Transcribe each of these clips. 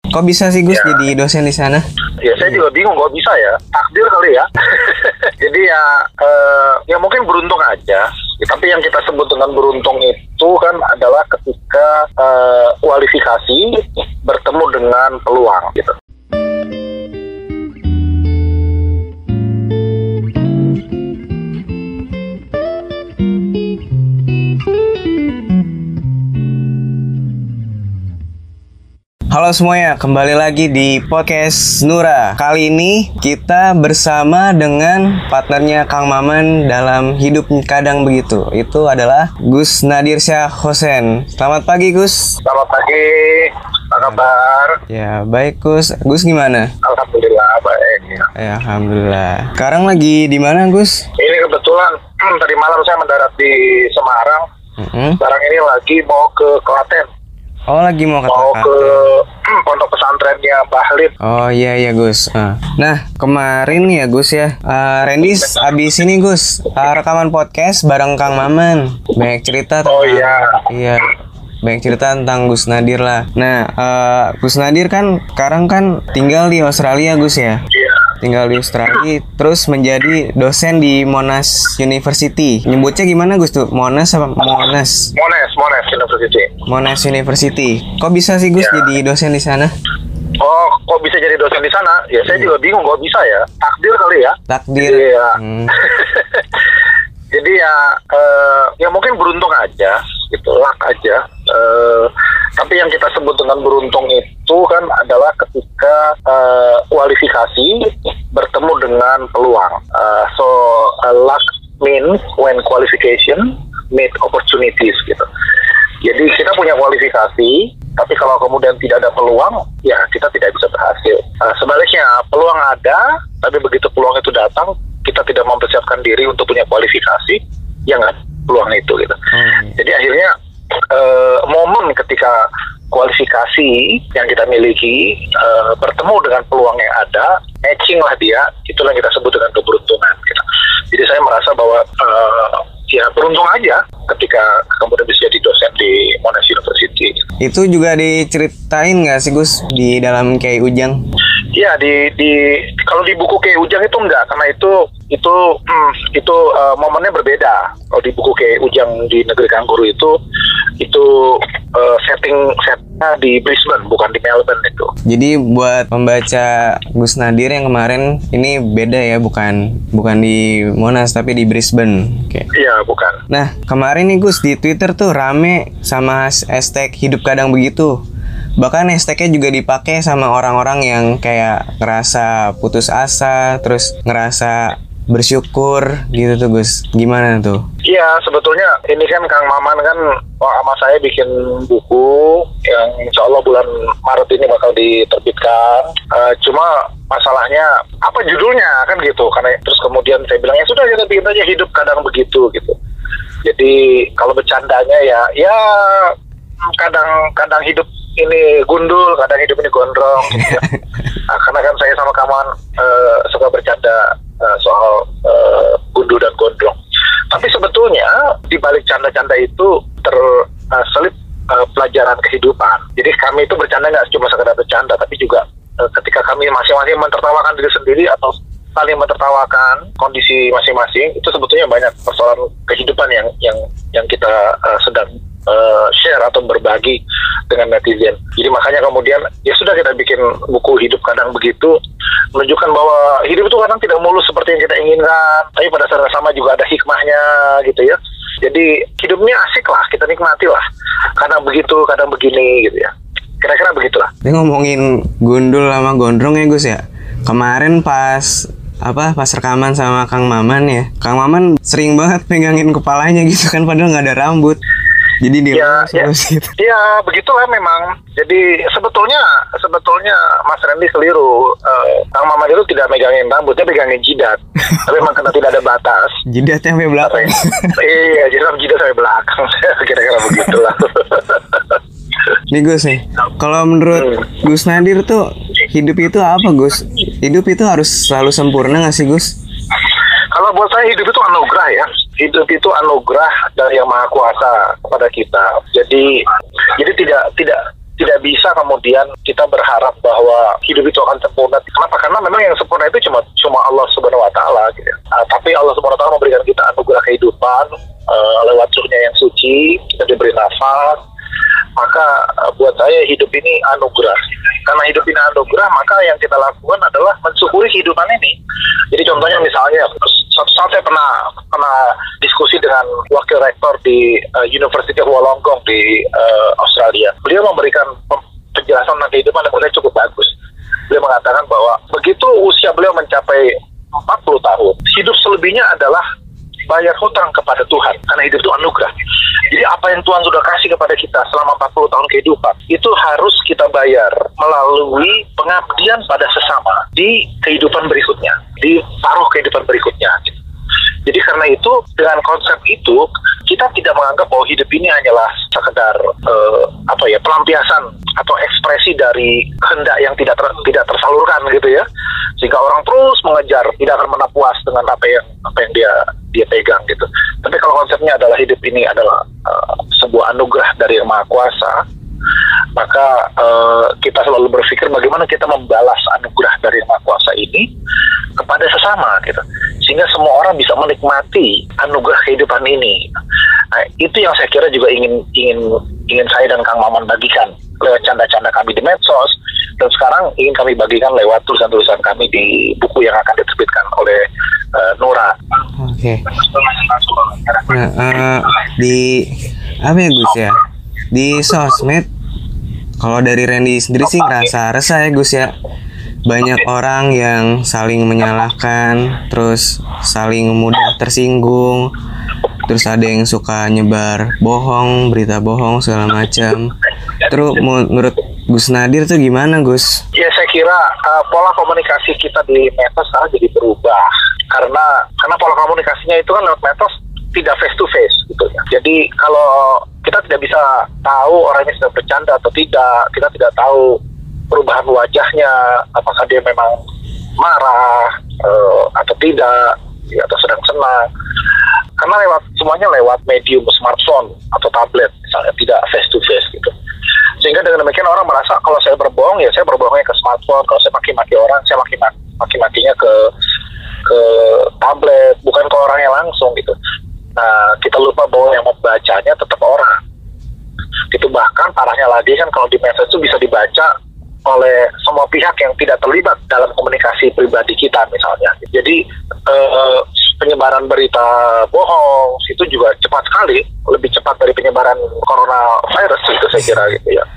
Kok bisa sih Gus jadi dosen di sana? Ya saya juga bingung kok bisa ya. Takdir kali ya. Jadi ya mungkin beruntung aja. Tapi yang kita sebut dengan beruntung itu kan adalah ketika kualifikasi bertemu dengan peluang gitu. Halo semuanya, kembali lagi di podcast Nura. Kali ini kita bersama dengan partnernya Kang Maman dalam Hidup Kadang Begitu. Itu adalah Gus Nadir Syah Hosen. Selamat pagi Gus. Selamat pagi, apa kabar? Ya baik Gus. Gus gimana? Alhamdulillah baik. Ya alhamdulillah. Sekarang lagi di mana Gus? Ini kebetulan tadi malam saya mendarat di Semarang. Sekarang ini lagi mau ke Klaten. Oh lagi mau ke pondok pesantrennya Bahlin. Oh iya Gus. Nah kemarin ya Gus ya, Randy abis ini Gus rekaman podcast bareng Kang Maman. Banyak cerita tentang iya banyak cerita tentang Gus Nadir lah. Nah Gus Nadir kan sekarang kan tinggal di Australia Gus ya. Iya. Tinggal di Australia, terus menjadi dosen di Monash University. Nyebutnya gimana Gus tuh? Monash apa Monash? Monash University. Monash University. Kok bisa sih Gus jadi dosen di sana? Oh, kok bisa jadi dosen di sana? Ya saya juga bingung kok bisa ya. Takdir kali ya. Takdir. Iya. Jadi ya mungkin beruntung aja, gitu, luck aja. Tapi yang kita sebut dengan beruntung itu kan adalah ketika kualifikasi bertemu dengan peluang. So luck means when qualification meet opportunities gitu. Jadi kita punya kualifikasi, tapi kalau kemudian tidak ada peluang, ya kita tidak bisa berhasil. Sebaliknya peluang ada, tapi begitu peluang itu datang, kita tidak mempersiapkan diri untuk punya kualifikasi, ya nggak peluang itu gitu. Jadi akhirnya momen ketika kualifikasi yang kita miliki bertemu dengan peluang yang ada, matching lah dia, itulah yang kita sebut dengan keberuntungan gitu. Jadi saya merasa bahwa ya beruntung aja ketika kemudian bisa jadi dosen di Monash University. Itu juga diceritain nggak sih Gus di dalam Kiai Ujang? Iya, kalau di buku Kiai Ujang itu enggak, karena itu momennya berbeda. Kalau di buku Kiai Ujang di Negeri Kangguru itu settingnya di Brisbane, bukan di Melbourne itu. Jadi buat pembaca Gus Nadir yang kemarin ini beda ya, bukan di Monash tapi di Brisbane. Iya, bukan. Nah kemarin nih Gus di Twitter tuh rame sama hashtag Hidup Kadang Begitu. Bahkan hashtagnya juga dipakai sama orang-orang yang kayak ngerasa putus asa, terus ngerasa bersyukur gitu tuh Gus. Gimana tuh? Iya, sebetulnya ini kan Kang Maman kan sama saya bikin buku yang insya Allah bulan Maret ini bakal diterbitkan. Cuma masalahnya apa judulnya kan gitu. Karena terus kemudian saya bilang ya sudah kita bikin aja Hidup Kadang Begitu gitu. Jadi kalau bercandanya ya kadang hidup ini gundul, kadang hidup ini gondrong gitu. Karena kan saya sama kawan suka bercanda soal gundul dan gondrong. Tapi sebetulnya di balik canda-canda itu terselip pelajaran kehidupan. Jadi kami itu bercanda nggak cuma sekedar bercanda, tapi juga ketika kami masing-masing mentertawakan diri sendiri atau saling mentertawakan kondisi masing-masing, itu sebetulnya banyak persoalan kehidupan yang kita sedang share atau berbagi dengan netizen. Jadi makanya kemudian ya sudah kita bikin buku Hidup Kadang Begitu, menunjukkan bahwa hidup itu kadang tidak mulus seperti yang kita inginkan, tapi pada saat yang sama juga ada hikmahnya gitu ya. Jadi hidupnya asik lah, kita nikmati lah. Kadang begitu, kadang begini gitu ya. Kira-kira begitulah. Ini ngomongin gundul sama gondrong ya Gus ya. Kemarin pas rekaman sama Kang Maman ya, Kang Maman sering banget pegangin kepalanya gitu kan, padahal nggak ada rambut. Jadi dia gitu. Ya begitulah memang. Jadi sebetulnya Mas Randy keliru. Kang Maman itu tidak megangin rambut, dia megangin jidat. Tapi memang karena tidak ada batas. Jidatnya sampai belakang. Iya, jidat sampai belakang. Kira-kira begitulah. Nih Gus nih, kalau menurut Gus Nadir tuh hidup itu apa Gus? Hidup itu harus selalu sempurna nggak sih Gus? Kalau buat saya hidup itu anugerah ya. Hidup itu anugerah dari Yang Maha Kuasa kepada kita. Jadi tidak tidak bisa kemudian kita berharap bahwa hidup itu akan sempurna. Kenapa? Karena memang yang sempurna itu cuma Allah Subhanahu wa taala gitu. Tapi Allah Subhanahu wa taala memberikan kita anugerah kehidupan lewat Ruh-Nya yang suci, kita diberi nafas. Maka buat saya hidup ini anugerah. Karena hidup ini anugerah, maka yang kita lakukan adalah mensyukuri kehidupan ini. Jadi contohnya misalnya, suatu saat saya pernah diskusi dengan wakil rektor di University of Wollongong di Australia. Beliau memberikan penjelasan tentang kehidupan yang menurut saya cukup bagus. Beliau mengatakan bahwa begitu usia beliau mencapai 40 tahun, hidup selebihnya adalah bayar hutang kepada Tuhan, karena hidup itu anugerah. Jadi apa yang Tuhan sudah kasih kepada kita selama 40 tahun kehidupan, itu harus kita bayar melalui pengabdian pada sesama di kehidupan berikutnya, di paruh kehidupan berikutnya. Jadi karena itu, dengan konsep itu, kita tidak menganggap bahwa hidup ini hanyalah sekedar pelampiasan atau ekspresi dari kehendak yang tidak tersalurkan gitu ya, sehingga orang terus mengejar, tidak akan pernah puas dengan apa yang dia pegang gitu. Tapi kalau konsepnya adalah hidup ini adalah sebuah anugerah dari Yang Maha Kuasa, maka kita selalu berpikir bagaimana kita membalas anugerah dari Yang Maha Kuasa ini kepada sesama gitu, sehingga semua orang bisa menikmati anugerah kehidupan ini. Nah, itu yang saya kira juga ingin saya dan Kang Maman bagikan lewat canda-canda kami di medsos, dan sekarang ingin kami bagikan lewat tulisan-tulisan kami di buku yang akan diterbitkan oleh Nora. Oke. Nah, di apa ya Gus ya? Di sosmed, kalau dari Randy sendiri sih ngerasa resah ya Gus ya. Banyak orang yang saling menyalahkan, terus saling mudah tersinggung, terus ada yang suka nyebar bohong, berita bohong segala macam. Terus menurut Gus Nadir tuh gimana Gus? Ya saya kira pola komunikasi kita di medsos sekarang jadi berubah, karena pola komunikasinya itu kan lewat medsos tidak face to face gitu ya. Jadi kalau kita tidak bisa tahu orangnya sedang bercanda atau tidak, kita tidak tahu perubahan wajahnya, apakah dia memang marah atau tidak, ya, atau sedang senang. Karena semuanya lewat medium smartphone atau tablet misalnya, tidak face to face gitu. Sehingga dengan demikian orang merasa kalau saya berbohong, ya saya berbohongnya ke smartphone. Kalau saya maki-maki orang, saya maki-makinya ke tablet, bukan ke orangnya langsung gitu. Nah, kita lupa bahwa yang membacanya tetap orang. Itu bahkan parahnya lagi kan, kalau di medsos itu bisa dibaca oleh semua pihak yang tidak terlibat dalam komunikasi pribadi kita misalnya. Jadi penyebaran berita bohong itu juga cepat sekali, lebih cepat dari penyebaran coronavirus itu saya kira gitu ya.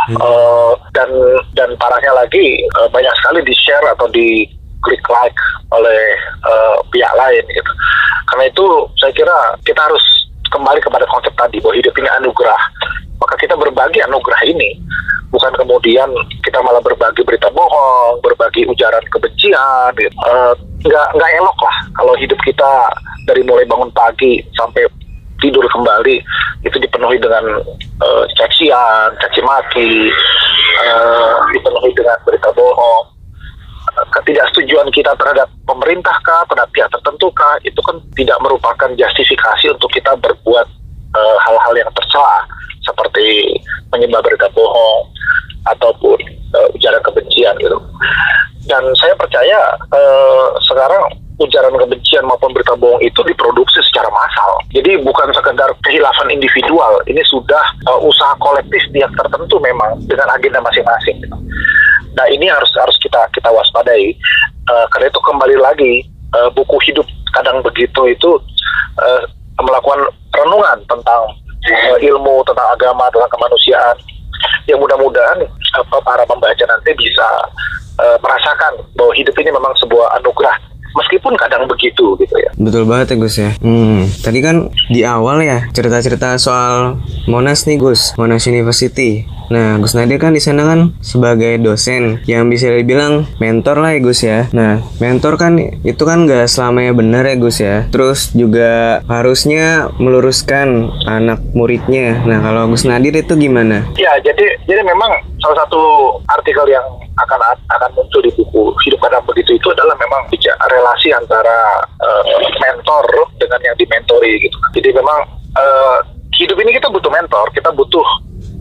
Dan parahnya lagi banyak sekali di share atau di klik like oleh pihak lain gitu. Karena itu saya kira kita harus kembali kepada konsep tadi bahwa hidup ini anugerah. Maka kita berbagi anugerah ini, bukan kemudian kita malah berbagi berita bohong, berbagi ujaran kebencian gitu. Nggak elok lah kalau hidup kita dari mulai bangun pagi sampai tidur kembali itu dipenuhi dengan cacian, caci maki, dipenuhi dengan berita bohong. Ketidaksetujuan kita terhadap pemerintah kah, terhadap pihak tertentu kah, itu kan tidak merupakan justifikasi untuk kita berbuat hal-hal yang tercela seperti menyebar berita bohong ataupun ujaran kebencian gitu. Dan saya percaya sekarang ujaran kebencian maupun berita bohong itu diproduksi secara massal. Jadi bukan sekedar kehilafan individual, ini sudah usaha kolektif pihak tertentu memang dengan agenda masing-masing gitu. Nah, ini harus kita waspadai. Karena itu kembali lagi buku Hidup Kadang Begitu itu melakukan renungan tentang ilmu, tentang agama, tentang kemanusiaan, yang mudah-mudahan para pembaca nanti bisa merasakan bahwa hidup ini memang sebuah anugerah, meskipun kadang begitu gitu ya. Betul banget ya Gus ya. Tadi kan di awal ya cerita-cerita soal Monash nih Gus, Monash University. Nah, Gus Nadir kan di sana kan sebagai dosen yang bisa dibilang mentor lah ya Gus ya. Nah, mentor kan itu kan nggak selamanya benar ya Gus ya. Terus juga harusnya meluruskan anak muridnya. Nah, kalau Gus Nadir itu gimana? Ya, jadi memang salah satu artikel yang akan muncul di buku Hidup Kadang Begitu itu adalah memang relasi antara mentor dengan yang dimentori gitu. Jadi memang hidup ini kita butuh mentor, kita butuh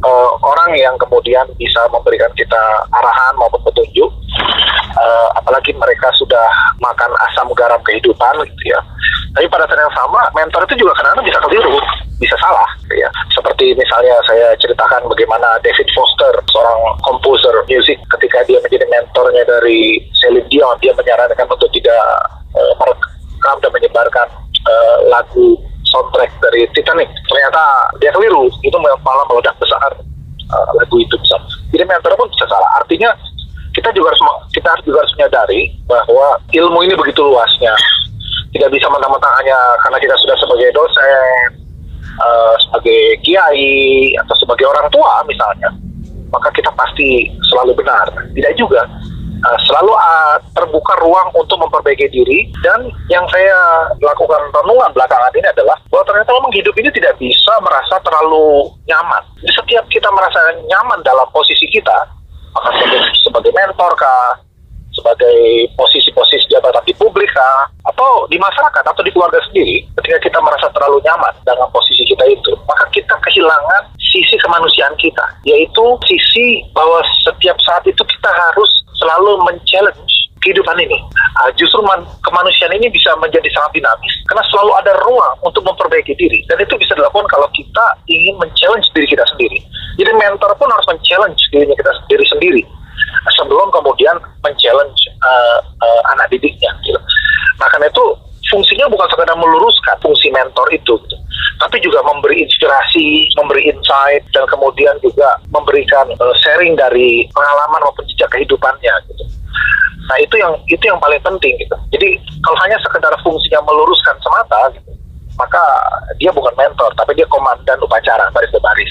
orang yang kemudian bisa memberikan kita arahan maupun petunjuk. Apalagi mereka sudah makan asam garam kehidupan gitu ya. Tapi pada saat yang sama, mentor itu juga kadang-kadang bisa keliru, bisa salah gitu ya. Seperti misalnya saya ceritakan bagaimana David Foster, seorang komposer musik, ketika dia menjadi mentornya dari Celine Dion, dia menyarankan untuk tidak merekam dan menyebarkan lagu soundtrack dari Titanic. Ternyata dia keliru, itu malah meledak besar lagu itu bisa. Jadi mentor pun bisa salah. Artinya kita juga harus menyadari bahwa ilmu ini begitu luasnya. Tidak bisa mentang-mentang hanya karena kita sudah sebagai dosen, sebagai kiai atau sebagai orang tua misalnya, maka kita pasti selalu benar. Tidak juga. Selalu terbuka ruang untuk memperbaiki diri. Dan yang saya lakukan renungan belakangan ini adalah bahwa ternyata memang hidup ini tidak bisa merasa terlalu nyaman. Jadi setiap kita merasa nyaman dalam posisi kita, maka sebagai mentor kah, sebagai posisi-posisi jabatan di publik kah, atau di masyarakat atau di keluarga sendiri, ketika kita merasa terlalu nyaman dengan posisi kita itu, maka kita kehilangan sisi kemanusiaan kita, yaitu sisi bahwa setiap saat itu kita harus selalu men-challenge kehidupan ini. Justru kemanusiaan ini bisa menjadi sangat dinamis karena selalu ada ruang untuk memperbaiki diri, dan itu bisa dilakukan kalau kita ingin men-challenge diri kita sendiri. Jadi mentor pun harus men-challenge diri sendiri sebelum kemudian men-challenge anak didiknya gitu. Nah, karena itu fungsinya bukan sekedar meluruskan fungsi mentor itu gitu, tapi juga memberi inspirasi, memberi insight, dan kemudian juga memberikan sharing dari pengalaman maupun jejak kehidupannya gitu. Nah, itu yang paling penting gitu. Jadi kalau hanya sekedar fungsinya meluruskan semata gitu, maka dia bukan mentor, tapi dia komandan upacara baris baris.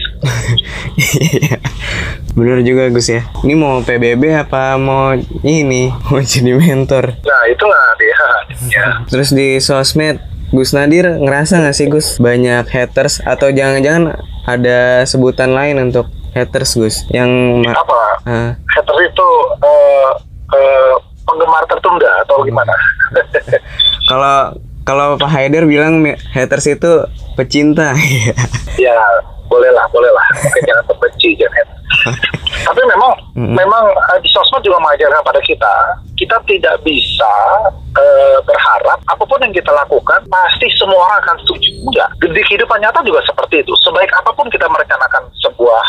Bener juga Gus ya. Ini mau PBB apa mau jadi mentor? Nah, itulah dia. Ya. Terus di sosmed, Gus Nadir ngerasa nggak sih Gus banyak haters, atau jangan-jangan ada sebutan lain untuk haters Gus? Yang apa? Haters itu penggemar tertunda atau gimana? Kalau Pak Haider bilang haters itu pecinta. Ya, bolehlah. Mungkin jangan pembenci, jangan. Tapi memang di sosmed juga mengajarkan pada kita tidak bisa berharap apapun yang kita lakukan pasti semua orang akan setuju. Enggak. Di kehidupan nyata juga seperti itu. Sebaik apapun kita merencanakan sebuah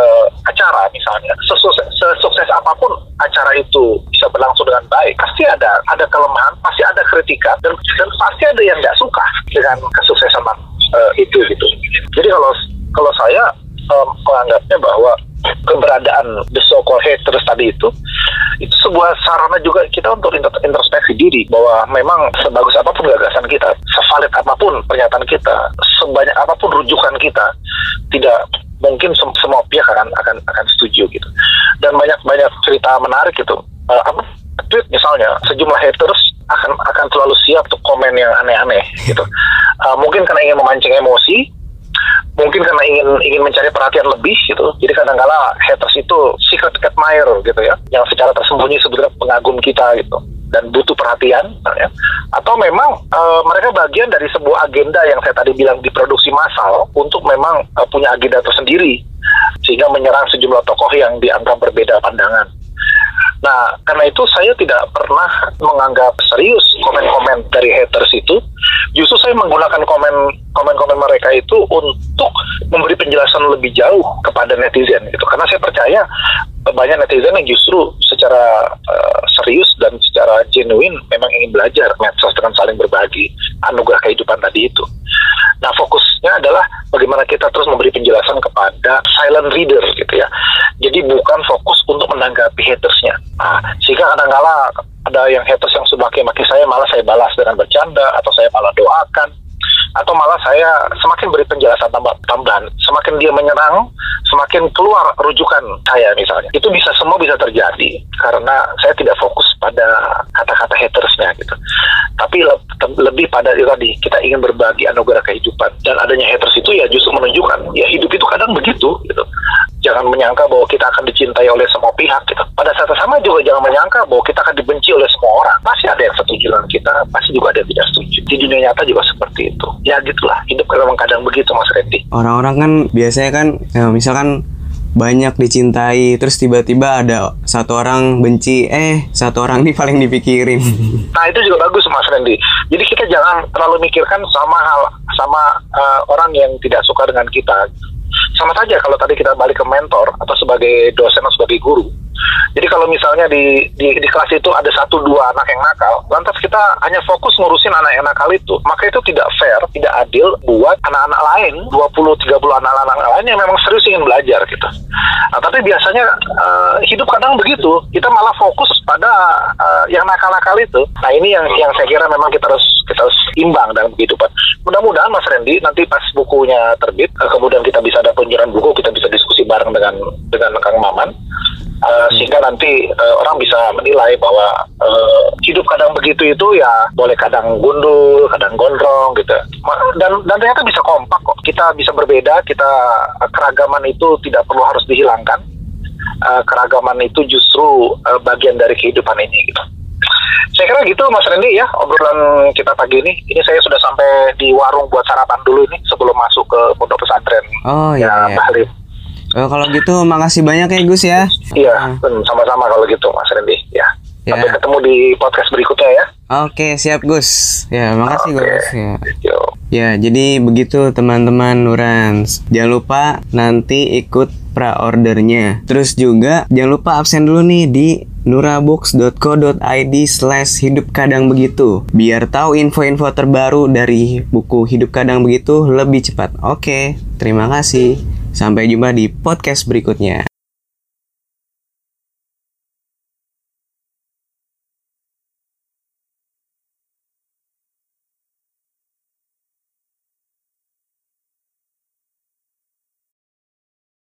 acara misalnya, sesukses apapun acara itu bisa berlangsung dengan baik, pasti ada kelemahan, pasti ada kritikan, dan pasti ada yang nggak suka dengan kesuksesan itu gitu. Jadi kalau saya menganggapnya bahwa keberadaan the so-called haters tadi itu sebuah sarana juga kita untuk introspeksi diri, bahwa memang sebagus apapun gagasan kita, sevalid apapun pernyataan kita, sebanyak apapun rujukan kita, tidak mungkin semua pihak akan setuju gitu. Dan banyak cerita menarik gitu. Tweet misalnya, sejumlah haters akan selalu siap untuk komen yang aneh-aneh gitu. Mungkin karena ingin memancing emosi, mungkin karena ingin mencari perhatian lebih gitu. Jadi kadang-kala haters itu secret admirer gitu ya, yang secara tersembunyi sebetulnya pengagum kita gitu dan butuh perhatian ya. Atau memang mereka bagian dari sebuah agenda yang saya tadi bilang diproduksi massal untuk memang punya agenda tersendiri, sehingga menyerang sejumlah tokoh yang dianggap berbeda pandangan. Nah, karena itu saya tidak pernah menganggap serius komen-komen dari haters itu. Justru saya menggunakan komen-komen mereka itu untuk memberi penjelasan lebih jauh kepada netizen gitu. Karena saya percaya banyak netizen yang justru secara serius dan secara genuine memang ingin belajar medsos dengan saling berbagi anugerah kehidupan tadi itu. Nah, fokusnya adalah bagaimana kita terus memberi penjelasan kepada silent reader gitu ya. Jadi bukan fokus untuk menanggapi hatersnya. Nah, sehingga kadang-kala ada yang haters yang sudah maki-maki saya, malah saya balas dengan bercanda, atau saya malah doakan, atau malah saya semakin beri penjelasan tambahan. Semakin dia menyerang, semakin keluar rujukan saya misalnya. Itu semua bisa terjadi karena saya tidak fokus pada kata-kata hatersnya gitu. Tapi lebih pada itu tadi, kita ingin berbagi anugerah kehidupan. Dan adanya haters itu ya justru menunjukkan, ya hidup itu kadang begitu gitu. Jangan menyangka bahwa kita akan dicintai oleh semua pihak gitu. Pada saat yang sama juga jangan menyangka bahwa kita akan dibenci oleh semua orang. Pasti ada yang setuju dengan kita, pasti juga ada yang tidak setuju. Di dunia nyata juga seperti itu. Ya gitulah, hidup memang kadang begitu Mas Randy. Orang-orang kan biasanya kan misalkan banyak dicintai, terus tiba-tiba ada satu orang benci, satu orang ini paling dipikirin. Nah itu juga bagus Mas Randy. Jadi kita jangan terlalu mikirkan sama orang yang tidak suka dengan kita. Sama saja kalau tadi kita balik ke mentor atau sebagai dosen atau sebagai guru. Jadi kalau misalnya di kelas itu ada 1-2 anak yang nakal, lantas kita hanya fokus ngurusin anak yang nakal itu, maka itu tidak fair, tidak adil buat anak-anak lain, 20-30 anak-anak lain yang memang serius ingin belajar gitu. Nah, tapi biasanya hidup kadang begitu, kita malah fokus pada yang nakal-nakal itu. Nah ini yang saya kira memang kita harus imbang dalam kehidupan. Mudah-mudahan Mas Randy nanti pas bukunya terbit, kemudian kita bisa ada penjualan buku, kita bisa diskusi bareng dengan Kang Maman. Sehingga nanti orang bisa menilai bahwa hidup kadang begitu itu ya boleh kadang gundul, kadang gondrong gitu. Dan ternyata bisa kompak kok. Kita bisa berbeda, keragaman itu tidak perlu harus dihilangkan. Keragaman itu justru bagian dari kehidupan ini gitu. Saya kira gitu Mas Randy ya, obrolan kita pagi ini. Ini saya sudah sampai di warung buat sarapan dulu ini sebelum masuk ke pondok pesantren. Oh iya. Mbak Halim. Kalau gitu makasih banyak ya Gus ya. Iya, sama-sama kalau gitu Mas Randy ya. Sampai ketemu di podcast berikutnya ya. Oke, siap Gus. Ya, makasih Gus ya. Yo. Ya, jadi begitu teman-teman Nurans. Jangan lupa nanti ikut pra-ordernya. Terus juga jangan lupa absen dulu nih di nurabooks.co.id/hidup kadang begitu, biar tahu info-info terbaru dari buku Hidup Kadang Begitu lebih cepat. Oke, terima kasih. Sampai jumpa di podcast berikutnya.